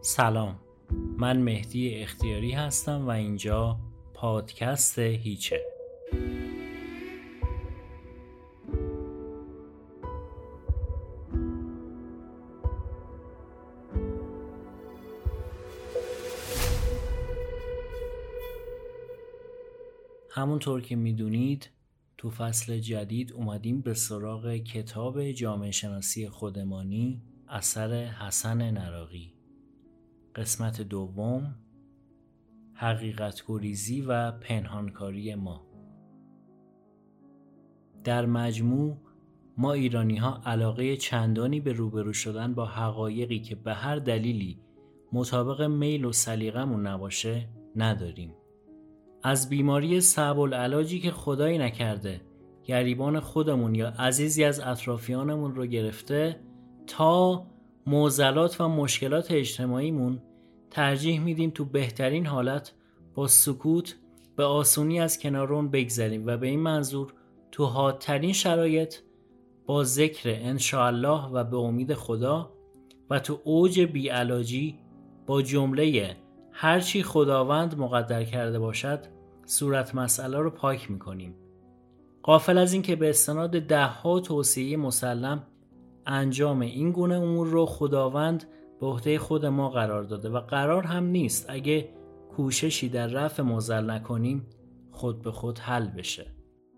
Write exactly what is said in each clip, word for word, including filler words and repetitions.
سلام، من مهدی اختیاری هستم و اینجا پادکست هیچه. همونطور که میدونید تو فصل جدید اومدیم به سراغ کتاب جامعه شناسی خودمانی اثر حسن نراقی، قسمت دوم، حقیقت گریزی و پنهانکاری ما. در مجموع ما ایرانی ها علاقه چندانی به روبرو شدن با حقایقی که به هر دلیلی مطابق میل و سلیقمون نباشه نداریم. از بیماری صعب العلاجی که خدایی نکرده گریبان خودمون یا عزیزی از اطرافیانمون رو گرفته تا معضلات و مشکلات اجتماعیمون، ترجیح میدیم تو بهترین حالت با سکوت به آسونی از کنار اون بگذریم و به این منظور تو حادترین شرایط با ذکر انشاءالله و به امید خدا و تو اوج بیعلاجی با جمله هرچی خداوند مقدر کرده باشد صورت مسئله رو پاک میکنیم، غافل از این که به استناد ده ها توصیه مسلم انجام این گونه امور رو خداوند به عهده خود ما قرار داده و قرار هم نیست اگه کوششی در رفع معضل نکنیم خود به خود حل بشه.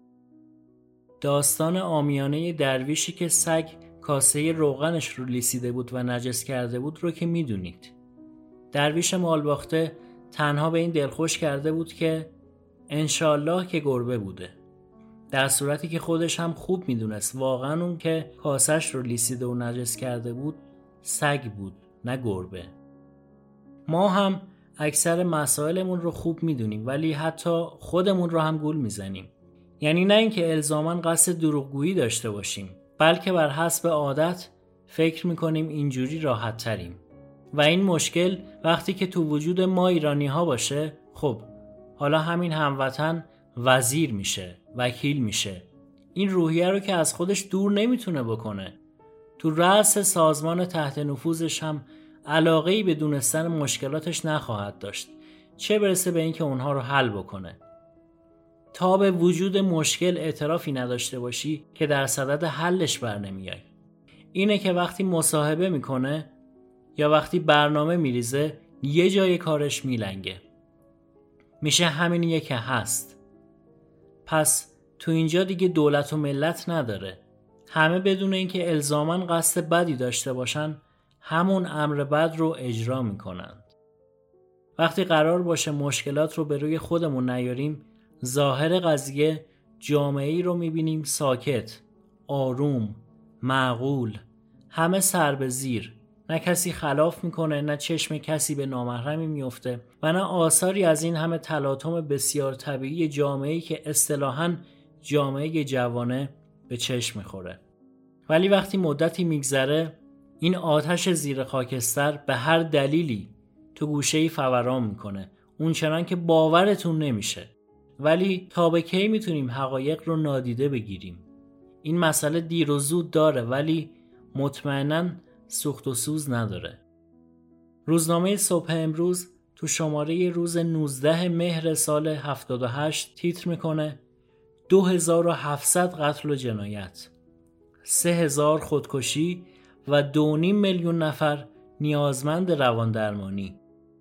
داستان عامیانه درویشی که سگ کاسه روغنش رو لیسیده بود و نجس کرده بود رو که میدونید. درویش مالباخته تنها به این دلخوش کرده بود که انشالله که گربه بوده، در صورتی که خودش هم خوب میدونست واقعا اون که کاسش رو لیسیده و نجس کرده بود سگ بود نه گربه. ما هم اکثر مسائلمون رو خوب میدونیم ولی حتی خودمون رو هم گول میزنیم. یعنی نه اینکه الزاماً قصد دروغگویی داشته باشیم، بلکه بر حسب عادت فکر میکنیم اینجوری راحت تریم و این مشکل وقتی که تو وجود ما ایرانی ها باشه، خب حالا همین هموطن وزیر میشه، وکیل میشه. این روحیه رو که از خودش دور نمیتونه بکنه. تو رأس سازمان تحت نفوذش هم علاقه‌ای به دونستن مشکلاتش نخواهد داشت، چه برسه به این که اونها رو حل بکنه. تا به وجود مشکل اعترافی نداشته باشی که در صدد حلش بر نمیای. اینه که وقتی مصاحبه میکنه یا وقتی برنامه میریزه یه جای کارش میلنگه، میشه همینیه که هست. پس تو اینجا دیگه دولت و ملت نداره. همه بدون اینکه الزاماً قصد بدی داشته باشن همون امر بد رو اجرا میکنند. وقتی قرار باشه مشکلات رو به روی خودمون نیاریم، ظاهر قضیه جامعه‌ای رو میبینیم ساکت، آروم، معقول، همه سر به زیر، نه کسی خلاف میکنه، نه چشم کسی به نامحرمی میفته و نه آثاری از این همه تلاطم بسیار طبیعی جامعه‌ای که اصطلاحاً جامعه جوانه به چشم میخوره. ولی وقتی مدتی میگذره این آتش زیر خاکستر به هر دلیلی تو گوشه‌ای فوران میکنه، اون چنان که باورتون نمیشه. ولی تا به کی میتونیم حقایق رو نادیده بگیریم؟ این مسئله دیر و زود داره ولی مطمئناً سوخت و سوز نداره. روزنامه صبح امروز تو شماره روز نوزده مهر سال هفتاد و هشت تیتر میکنه دو هزار و هفتصد قتل و جنایت، سه هزار خودکشی و دو نیم میلیون نفر نیازمند روان درمانی.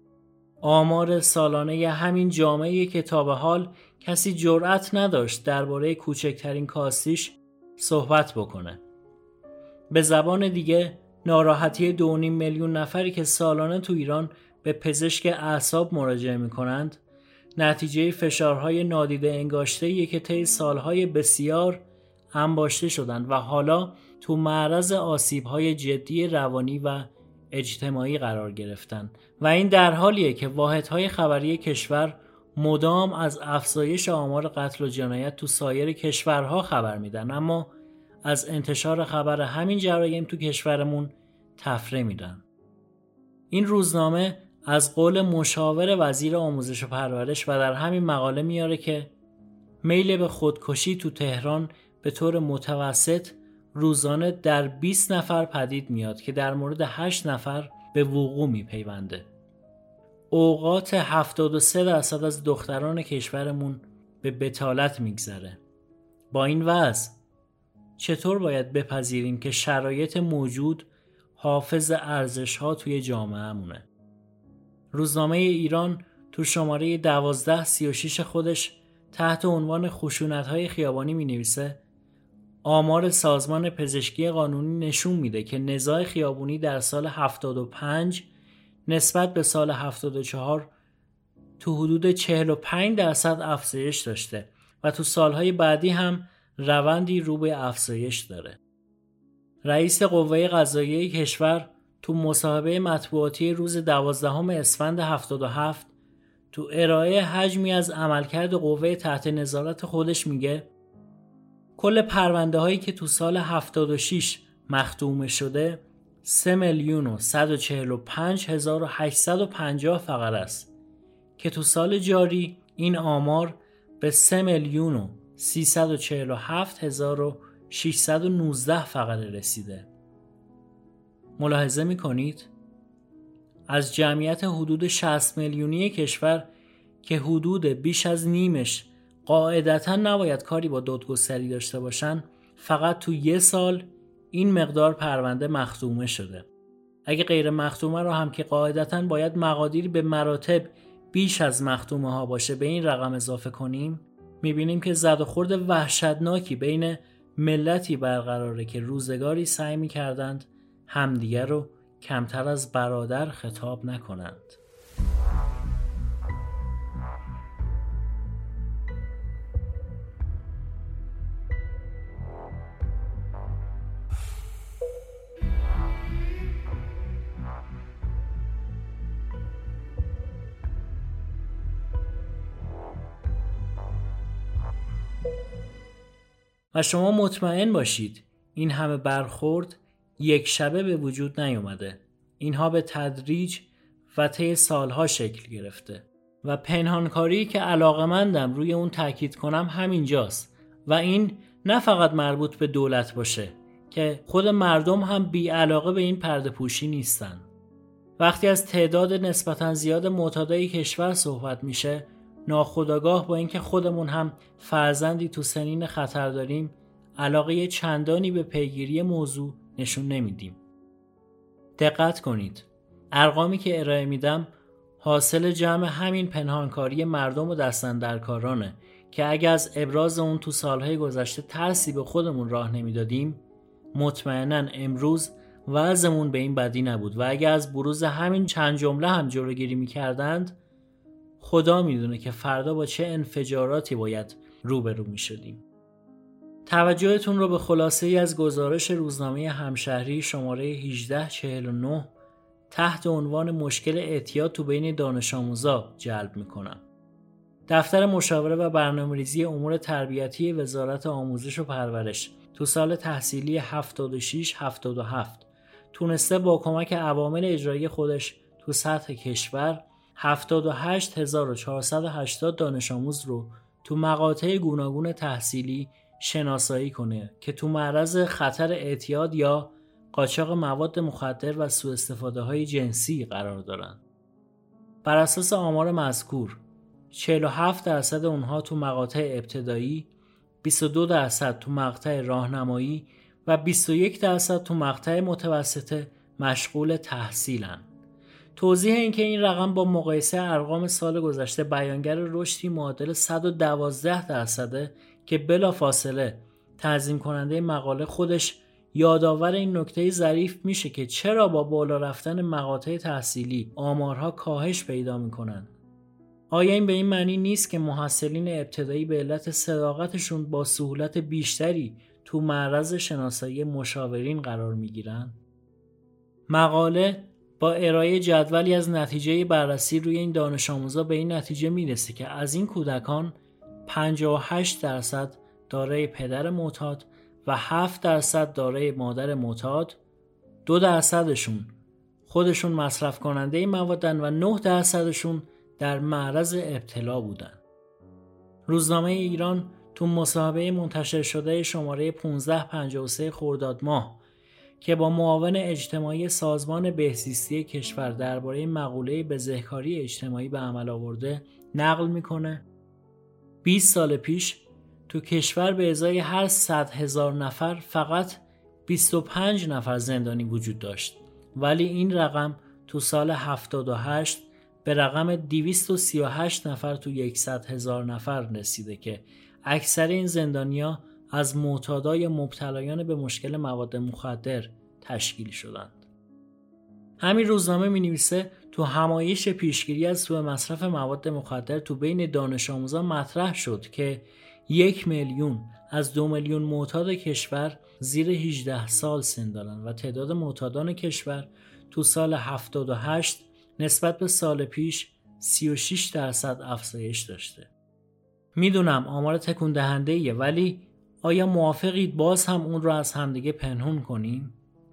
آمار سالانه همین جامعه که تا به حال کسی جرأت نداشت درباره کوچکترین کاستیش صحبت بکنه. به زبان دیگه ناراحتی دو نیم میلیون نفری که سالانه تو ایران به پزشک اعصاب مراجعه میکنند نتیجه فشارهای نادیده انگاشته‌ایه که طی سالهای بسیار انباشته شدند و حالا تو معرض آسیب‌های جدی روانی و اجتماعی قرار گرفتن و این در حالیه که واحدهای خبری کشور مدام از افزایش آمار قتل و جنایت تو سایر کشورها خبر میدن، اما از انتشار خبر همین جرایم تو کشورمون تفره میدن. این روزنامه از قول مشاور وزیر آموزش و پرورش و در همین مقاله میاره که میل به خودکشی تو تهران به طور متوسط روزانه در بیست نفر پدید میاد که در مورد هشت نفر به وقوع میپیونده. اوقات هفتاد و سه درصد از دختران کشورمون به بتالت میگذره. با این وضع چطور باید بپذیریم که شرایط موجود حافظ ارزش‌ها توی جامعه‌مونه؟ روزنامه ایران تو شماره دوازده سی و شش خودش تحت عنوان خشونت‌های خیابانی می‌نویسه آمار سازمان پزشکی قانونی نشون میده که نزاع خیابونی در سال هفتاد و پنج نسبت به سال هفتاد و چهار تو حدود چهل و پنج درصد افزایش داشته و تو سالهای بعدی هم روندی رو به افزایش داره. رئیس قوه قضاییه کشور تو مصاحبه مطبوعاتی روز دوازدهم اسفند هفتاد و هفت تو ارائه حجمی از عملکرد قوه تحت نظارت خودش میگه کل پرونده هایی که تو سال هفتاد و شش مختومه شده سه میلیون و صد و چهل و پنج هزار و هشتصد و پنجاه فقره است که تو سال جاری این آمار به سه میلیون و سیصد و چهل و هفت هزار و ششصد و نوزده فقره رسیده. ملاحظه میکنید؟ از جمعیت حدود شصت میلیونی کشور که حدود بیش از نیمش قاعدتاً نباید کاری با دادگستری داشته باشن، فقط تو یه سال این مقدار پرونده مختومه شده. اگه غیر مختومه رو هم که قاعدتاً باید مقادیر به مراتب بیش از مختومه ها باشه به این رقم اضافه کنیم، میبینیم که زد و خورد وحشتناکی بین ملتی برقراره که روزگاری سعی میکردند همدیگر رو کمتر از برادر خطاب نکنند. و شما مطمئن باشید این همه برخورد یک شبه به وجود نیومده. اینها به تدریج و طی سالها شکل گرفته و پنهانکاری که علاقمندم روی اون تاکید کنم همینجاست و این نه فقط مربوط به دولت باشه که خود مردم هم بی علاقه به این پرده پوشی نیستن. وقتی از تعداد نسبتاً زیاد معتادای کشور صحبت میشه، ناخودآگاه با اینکه خودمون هم فرزندی تو سنین خطر داریم علاقه چندانی به پیگیری موضوع نشون نمیدیم. دقت کنید، ارقامی که ارائه میدم حاصل جمع همین پنهانکاری مردم و دستاندرکارانه که اگه از ابراز اون تو سالهای گذشته ترسی به خودمون راه نمیدادیم، مطمئناً امروز وضعمون به این بدی نبود و اگه از بروز همین چند جمله هم جلوگیری میکردند، خدا میدونه که فردا با چه انفجاراتی باید روبرو میشدیم. توجهتون رو به خلاصه ای از گزارش روزنامه همشهری شماره هجده چهل و نه تحت عنوان مشکل اعتیاد تو بین دانش آموزا جلب میکنم. دفتر مشاوره و برنامه‌ریزی امور تربیتی وزارت آموزش و پرورش تو سال تحصیلی هفتاد و شش هفتاد و هفت تونسته با کمک عوامل اجرایی خودش تو سطح کشور هفتاد و هشت هزار و چهارصد و هشتاد دانش آموز رو تو مقاطع گوناگون تحصیلی شناسایی کنه که تو معرض خطر اعتیاد یا قاچاق مواد مخدر و سوء استفاده های جنسی قرار دارن. بر اساس آمار مذکور چهل و هفت درصد اونها تو مقاطع ابتدایی، بیست و دو درصد تو مقطع راهنمایی و بیست و یک درصد تو مقطع متوسطه مشغول تحصیلن. توضیح این که این رقم با مقایسه ارقام سال گذشته بیانگر رشدی معادل صد و دوازده درصده که بلافاصله تنظیم کننده مقاله خودش یادآور این نکته ظریف میشه که چرا با بالا رفتن مقاطع تحصیلی آمارها کاهش پیدا میکنن. آیا این به این معنی نیست که محصلین ابتدایی به علت صداقتشون با سهولت بیشتری تو معرض شناسایی مشاورین قرار میگیرن؟ مقاله با ارائه جدولی از نتیجه بررسی روی این دانش آموزا به این نتیجه میرسه که از این کودکان پنجاه و هشت درصد دارای پدر معتاد و هفت درصد دارای مادر معتاد، دو درصدشون خودشون مصرف کننده موادن و نه درصدشون در معرض ابتلا بودن. روزنامه ایران تو مصاحبه منتشر شده شماره پانزده پنجاه و سه خرداد ماه که با معاون اجتماعی سازمان بهزیستی کشور درباره مقوله بزهکاری اجتماعی به عمل آورده نقل میکنه بیست سال پیش تو کشور به ازای هر صد هزار نفر فقط بیست و پنج نفر زندانی وجود داشت، ولی این رقم تو سال هفتاد و هشت به رقم دویست و سی و هشت نفر تو صد هزار نفر رسیده که اکثر این زندانیا از معتادای مبتلایان به مشکل مواد مخدر تشکیل شدند. همین روزنامه می نویسه تو همایش پیشگیری از سوء مصرف مواد مخدر تو بین دانش آموزان مطرح شد که یک میلیون از دو میلیون معتاد کشور زیر هجده سال سن دارن و تعداد معتادان کشور تو سال هفتاد و هشت نسبت به سال پیش سی و شش درصد افزایش داشته. میدونم آمار تکون دهنده ایه، ولی آیا موافقید باز هم اون رو از همدیگه پنهون کنیم؟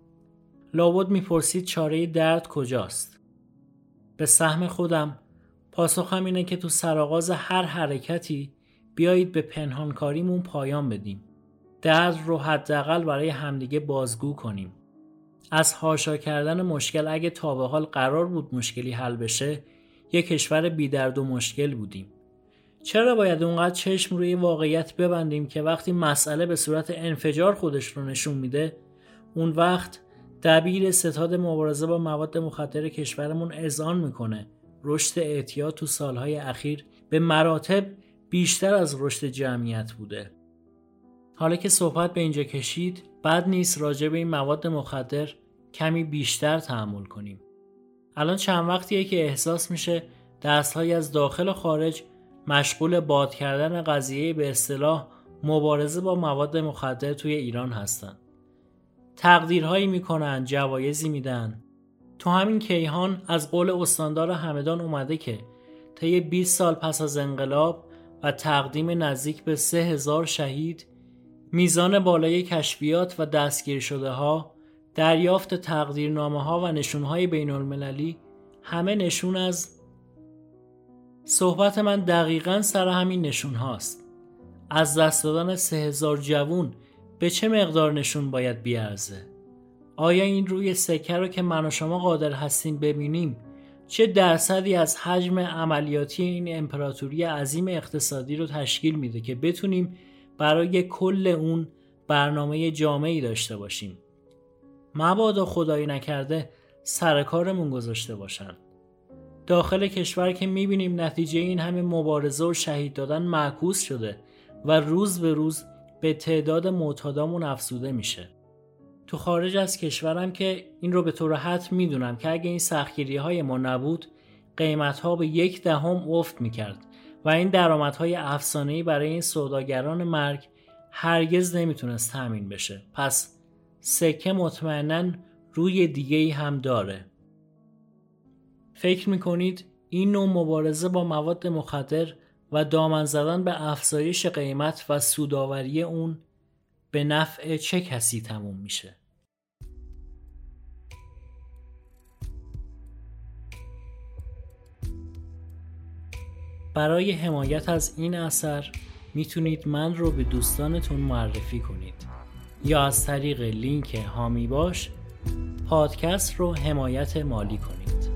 لابد میپرسید چاره درد کجاست؟ به سهم خودم پاسخم اینه که تو سرآغاز هر حرکتی بیایید به پنهانکاریمون پایان بدیم. درد رو حداقل برای همدیگه بازگو کنیم. از حاشا کردن مشکل اگه تا به حال قرار بود مشکلی حل بشه، یک کشور بی درد و مشکل بودیم. چرا باید اونقدر چشم روی واقعیت ببندیم که وقتی مسئله به صورت انفجار خودش رو نشون میده، اون وقت دبیر ستاد مبارزه با مواد مخدر کشورمون اذعان میکنه رشد اعتیاد تو سالهای اخیر به مراتب بیشتر از رشد جمعیت بوده. حالا که صحبت به اینجا کشید، بد نیست راجع به این مواد مخدر کمی بیشتر تأمل کنیم. الان چند وقتیه که احساس میشه دست‌هایی از داخل و خارج مشغول باد کردن قضیه به اصطلاح مبارزه با مواد مخدر توی ایران هستن. تقدیرهایی میکنن، جوایزی میدن. تو همین کیهان از قول استاندار همدان اومده که طی بیست سال پس از انقلاب و تقدیم نزدیک به سه هزار شهید، میزان بالای کشفیات و دستگیر شده ها، دریافت تقدیرنامه ها و نشون های بین المللی همه نشون از صحبت من دقیقاً سر همین نشون هاست. از دست دادن سه هزار جوون به چه مقدار نشون باید بیارزه؟ آیا این روی سکه رو که من و شما قادر هستیم ببینیم چه درصدی از حجم عملیاتی این امپراتوری عظیم اقتصادی رو تشکیل میده که بتونیم برای کل اون برنامه جامعی داشته باشیم؟ مبادا خدایی نکرده سر کارمون گذاشته باشن. داخل کشور که میبینیم نتیجه این همه مبارزه و شهید دادن معکوس شده و روز به روز به تعداد معتادامون افزوده میشه. تو خارج از کشورم که این رو به طور حتم میدونم که اگه این سختگیری های ما نبود، قیمت ها به یک دهم افت میکرد و این درآمدهای افسانه‌ای برای این سوداگران مرگ هرگز نمیتونست تامین بشه. پس سکه مطمئناً روی دیگه‌ای هم داره. فکر میکنید این نوع مبارزه با مواد مخدر و دامن زدن به افزایش قیمت و سودآوری اون به نفع چه کسی تموم میشه؟ برای حمایت از این اثر میتونید من رو به دوستانتون معرفی کنید یا از طریق لینک حامی باش پادکست رو حمایت مالی کنید.